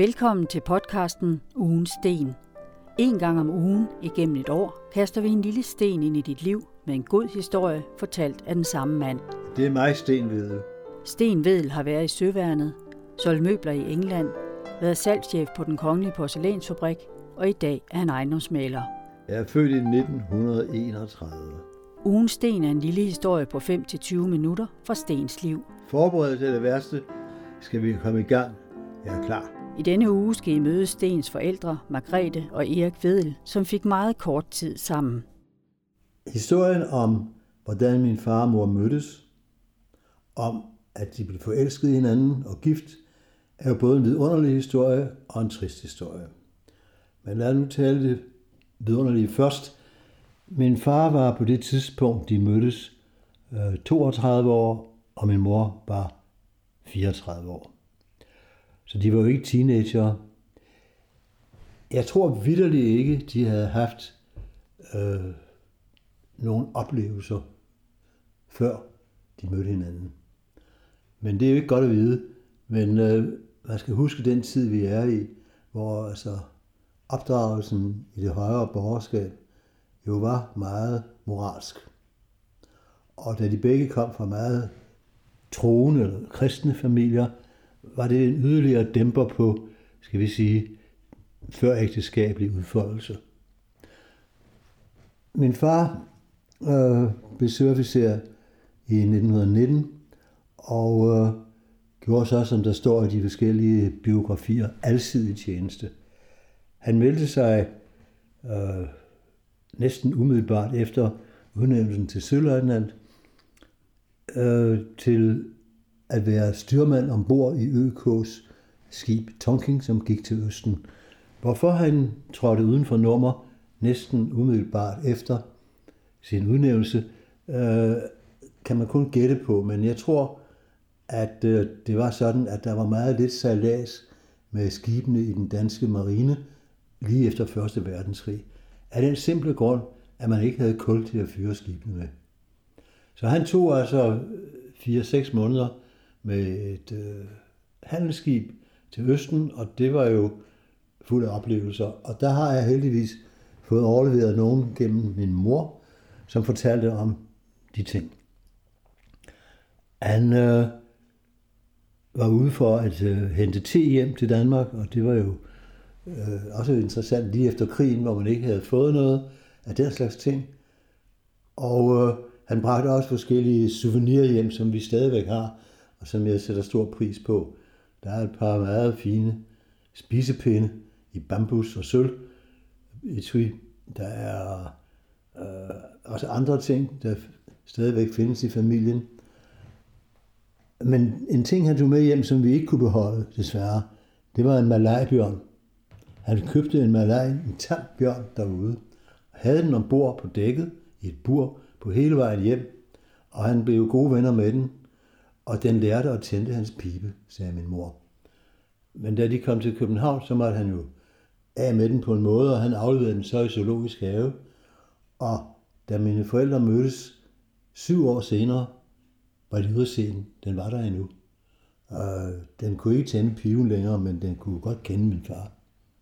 Velkommen til podcasten Ugens Sten. En gang om ugen igennem et år kaster vi en lille sten ind i dit liv med en god historie fortalt af den samme mand. Det er mig, Sten Vedel. Sten Vedel har været i Søværnet, solgt møbler i England, været salgschef på den kongelige porcelænsfabrik, og i dag er han ejendomsmægler. Jeg er født i 1931. Ugens Sten er en lille historie på 5-20 minutter fra Stens liv. Forberedelse af det værste. Skal vi komme i gang? Jeg er klar. I denne uge skal I møde Stens forældre, Margrethe og Erik Vedel, som fik meget kort tid sammen. Historien om, hvordan min far og mor mødtes, om at de blev forelsket i hinanden og gift, er jo både en vidunderlig historie og en trist historie. Men lad nu tale det vidunderlige først. Min far var på det tidspunkt, de mødtes, 32 år, og min mor var 34 år. Så de var jo ikke teenagere. Jeg tror vitterligt ikke, de havde haft nogle oplevelser, før de mødte hinanden. Men det er jo ikke godt at vide. Men man skal huske den tid, vi er i, hvor altså opdragelsen i det højere borgerskab jo var meget moralsk. Og da de begge kom fra meget troende eller kristne familier, var det en yderligere dæmper på, skal vi sige, førægteskabelig udfoldelse. Min far blev søofficer i 1919, og gjorde så, som der står i de forskellige biografier, alsidig tjeneste. Han meldte sig næsten umiddelbart efter udnævnelsen til søløjtnant til at være styrmand ombord i ØK's skib Tonking, som gik til Østen. Hvorfor han trådte uden for nummer næsten umiddelbart efter sin udnævnelse, kan man kun gætte på, men jeg tror, at det var sådan, at der var meget lidt sejlads med skibene i den danske marine lige efter 1. verdenskrig. Af den simple grund, at man ikke havde kul til at fyre skibene med. Så han tog altså 4-6 måneder med et handelsskib til Østen, og det var jo fuld af oplevelser. Og der har jeg heldigvis fået overleveret nogen gennem min mor, som fortalte om de ting. Han var ude for at hente te hjem til Danmark, og det var jo også interessant lige efter krigen, hvor man ikke havde fået noget af den slags ting. Og han bragte også forskellige souvenirer hjem, som vi stadigvæk har, og som jeg sætter stor pris på. Der er et par meget fine spisepinde i bambus og sølv, etui. Der er også andre ting, der stadigvæk findes i familien. Men en ting, han tog med hjem, som vi ikke kunne beholde, desværre, det var en malajbjørn. Han købte en tam bjørn derude, og havde den ombord på dækket i et bur på hele vejen hjem, og han blev gode venner med den, og den lærte at tænde hans pibe, sagde min mor. Men da de kom til København, så måtte han jo af med den på en måde, og han afleverede den så i zoologisk have. Og da mine forældre mødtes 7 år senere, var de ude at se den. Den var der endnu. Den kunne ikke tænde piben længere, men den kunne godt kende min far.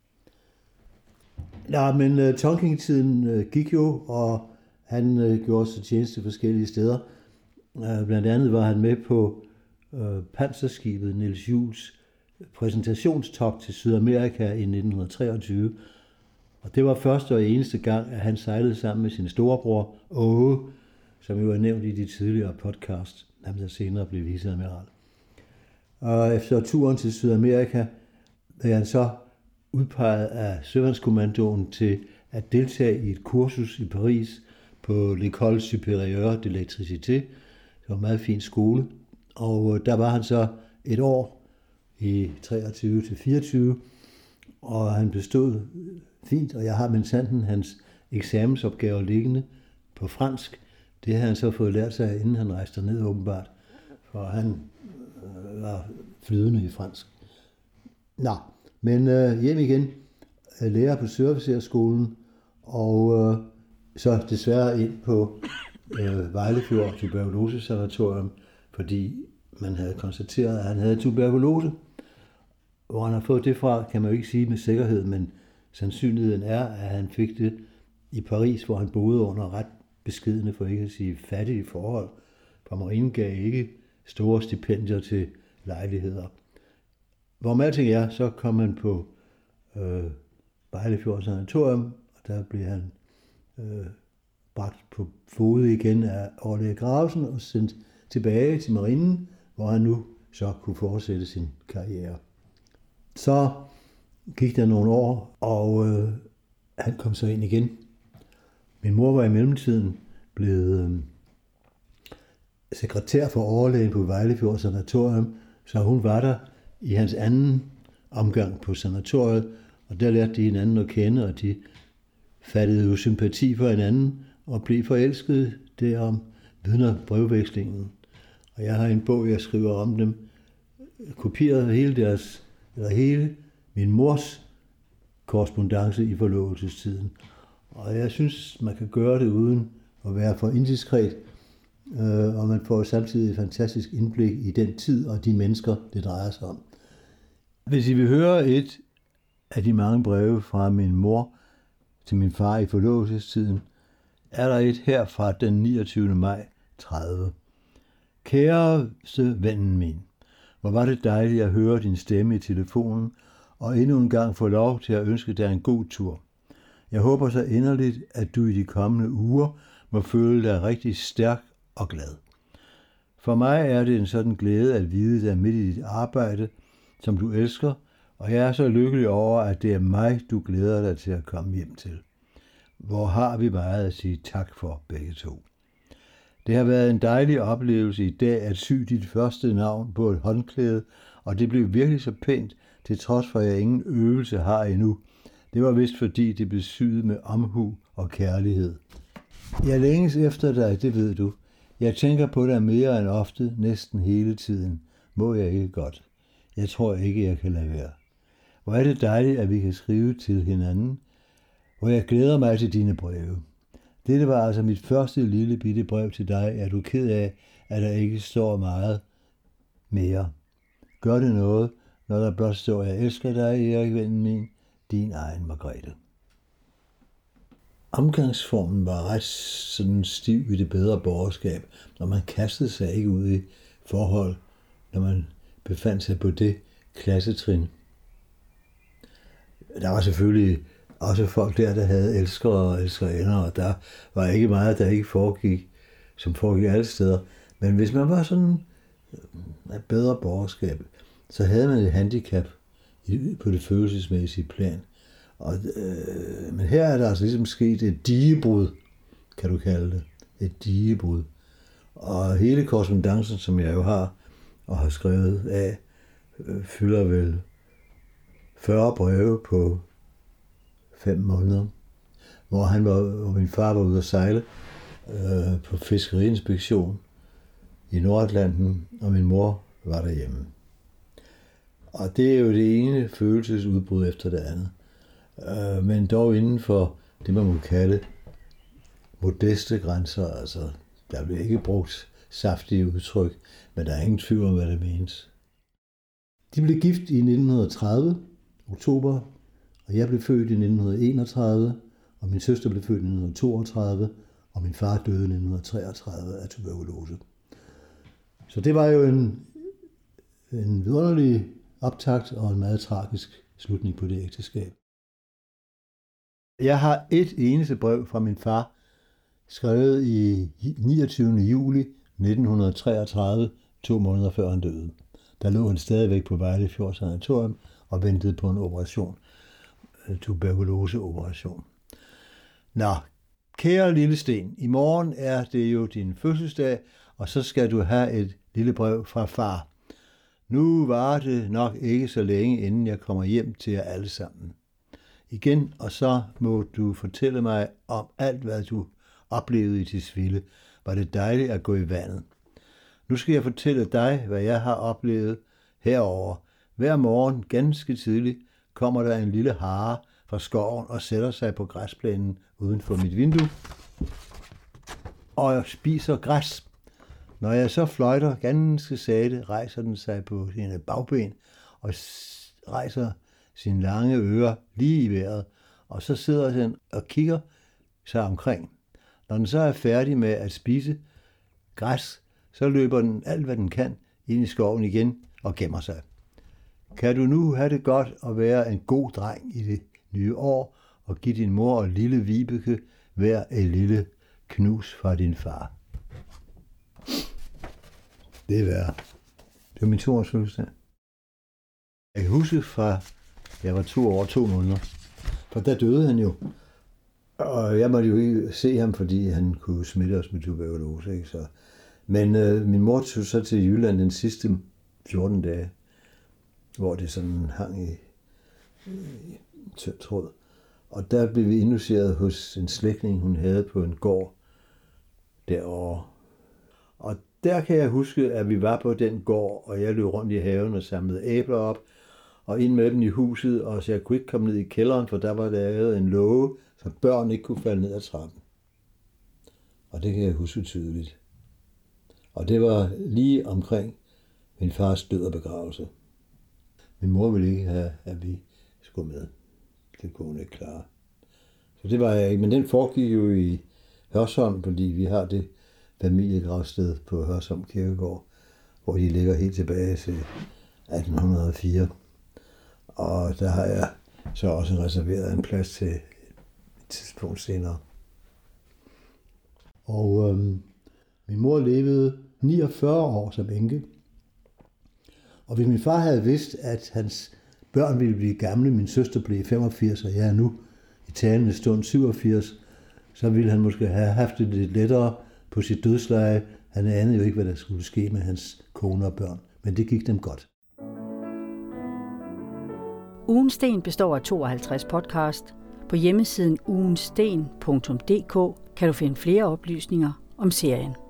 Ja, men Tonking-tiden gik jo, og han gjorde sig tjeneste forskellige steder. Blandt andet var han med på panserskibet Niels Juels præsentationstogt til Sydamerika i 1923. Og det var første og eneste gang, at han sejlede sammen med sin storebror Åge, som jo er nævnt i de tidligere podcast, der senere blev viceadmiral. Og efter turen til Sydamerika blev han så udpeget af Søværnskommandoen til at deltage i et kursus i Paris på l'École Supérieure d'Électricité. Det var en meget fin skole, og der var han så et år i 23-24, og han bestod fint, og jeg har minsandten hans eksamensopgaver liggende på fransk. Det havde han så fået lært sig, inden han rejste ned åbenbart, for han var flydende i fransk. Nå, men hjem igen, lærer på Søofficerskolen, og så desværre ind på Vejlefjord Tuberkulosesanatorium, fordi man havde konstateret, at han havde tuberkulose. Hvor han har fået det fra, kan man jo ikke sige med sikkerhed, men sandsynligheden er, at han fik det i Paris, hvor han boede under ret beskedne, for ikke at sige fattige forhold. For marinen gav ikke store stipendier til lejligheder. Hvor med alting er, så kom han på Vejlefjord Sanatorium, og der blev han bragt på fode igen af Orla Gravesen og sendt tilbage til marinen, hvor han nu så kunne fortsætte sin karriere. Så gik der nogle år, og han kom så ind igen. Min mor var i mellemtiden blevet sekretær for overlægen på Vejlefjord Sanatorium, så hun var der i hans anden omgang på sanatoriet, og der lærte de hinanden at kende, og de fattede jo sympati for hinanden og blev forelskede derom, vidner brevvekslingen. Og jeg har en bog, jeg skriver om dem, kopieret hele min mors korrespondance i forlovelsestiden. Og jeg synes, man kan gøre det uden at være for indiskret, og man får samtidig et fantastisk indblik i den tid og de mennesker, det drejer sig om. Hvis I vil høre et af de mange breve fra min mor til min far i forlovelsestiden, er der et her fra den 29. maj 30. Kæreste vennen min, hvor var det dejligt at høre din stemme i telefonen, og endnu en gang få lov til at ønske dig en god tur. Jeg håber så inderligt, at du i de kommende uger må føle dig rigtig stærk og glad. For mig er det en sådan glæde at vide dig midt i dit arbejde, som du elsker, og jeg er så lykkelig over, at det er mig, du glæder dig til at komme hjem til. Hvor har vi meget at sige tak for begge to. Det har været en dejlig oplevelse i dag at sy dit første navn på et håndklæde, og det blev virkelig så pænt, til trods for at jeg ingen øvelse har endnu. Det var vist fordi det blev syet med omhu og kærlighed. Jeg længes efter dig, det ved du. Jeg tænker på dig mere end ofte, næsten hele tiden. Må jeg ikke godt? Jeg tror ikke, jeg kan lade være. Hvor er det dejligt, at vi kan skrive til hinanden, hvor jeg glæder mig til dine breve. Dette var altså mit første lille bitte brev til dig. Er du ked af, at der ikke står meget mere? Gør det noget, når der blot står, jeg elsker dig, Erik, vennen min, din egen Margrethe. Omgangsformen var ret sådan stiv i det bedre borgerskab, når man kastede sig ikke ud i forhold, når man befandt sig på det klassetrin. Der var selvfølgelig også folk der havde elskere og elskerinder, og der var ikke meget, der ikke foregik, som foregik alle steder. Men hvis man var sådan et bedre borgerskab, så havde man et handicap på det følelsesmæssige plan. Men her er der altså ligesom sket et digebrud, kan du kalde det. Et digebrud. Og hele korrespondancen, som jeg jo har og har skrevet af, fylder vel 40 breve på 5 måneder, hvor min far var ude at sejle på fiskeriinspektion i Nordatlanten, og min mor var derhjemme. Og det er jo det ene følelsesudbrud efter det andet. Men dog inden for det, man må kalde modeste grænser. Altså, der blev ikke brugt saftige udtryk, men der er ingen tvivl om, hvad det menes. De blev gift i 1930, oktober, og jeg blev født i 1931, og min søster blev født i 1932, og min far døde i 1933 af tuberkulose. Så det var jo en vidunderlig optakt og en meget tragisk slutning på det ægteskab. Jeg har et eneste brev fra min far, skrevet i 29. juli 1933, 2 måneder før han døde. Der lå han stadigvæk på Vejlefjord Sanatorium og ventede på en operation, tuberkuloseoperation. Nå, kære lille Sten, i morgen er det jo din fødselsdag, og så skal du have et lille brev fra far. Nu var det nok ikke så længe, inden jeg kommer hjem til jer alle sammen. Igen, og så må du fortælle mig om alt, hvad du oplevede i Tisvilde. Var det dejligt at gå i vandet. Nu skal jeg fortælle dig, hvad jeg har oplevet herover. Hver morgen, ganske tidligt, kommer der en lille hare fra skoven og sætter sig på græsplænen uden for mit vindue og spiser græs. Når jeg så fløjter ganske sagte, rejser den sig på sine bagben og rejser sine lange ører lige i vejret, og så sidder den og kigger sig omkring. Når den så er færdig med at spise græs, så løber den alt, hvad den kan, ind i skoven igen og gemmer sig. Kan du nu have det godt og være en god dreng i det nye år, og give din mor og lille Vibeke hver et lille knus fra din far. Det var min 2-års fødselsdag. Jeg kan huske fra, jeg var 2 år og 2 måneder, for der døde han jo. Og jeg måtte jo ikke se ham, fordi han kunne smitte os med tuberkulose. Ikke? Men min mor tog så til Jylland den sidste 14 dage, hvor det sådan hang i tynd tråd. Og der blev vi indlogeret hos en slægtning, hun havde på en gård derovre. Og der kan jeg huske, at vi var på den gård, og jeg løb rundt i haven og samlede æbler op, og ind med dem i huset, og så jeg kunne ikke komme ned i kælderen, for der var lavet en låge, så børn ikke kunne falde ned ad trappen. Og det kan jeg huske tydeligt. Og det var lige omkring min fars død og begravelse. Min mor ville ikke have, at vi skulle med. Det kunne hun ikke klare. Så det var jeg ikke. Men den foregik jo i Hørsholm, fordi vi har det familiegravsted på Hørsholm Kirkegård, hvor de ligger helt tilbage til 1804. Og der har jeg så også reserveret en plads til et tidspunkt senere. Og min mor levede 49 år som enke. Og hvis min far havde vidst, at hans børn ville blive gamle, min søster blev 85, og jeg er nu i talende stund 87, så ville han måske have haft det lidt lettere på sit dødsleje. Han anede jo ikke, hvad der skulle ske med hans kone og børn, men det gik dem godt. Ugens Sten består af 52 podcast. På hjemmesiden ugensten.dk kan du finde flere oplysninger om serien.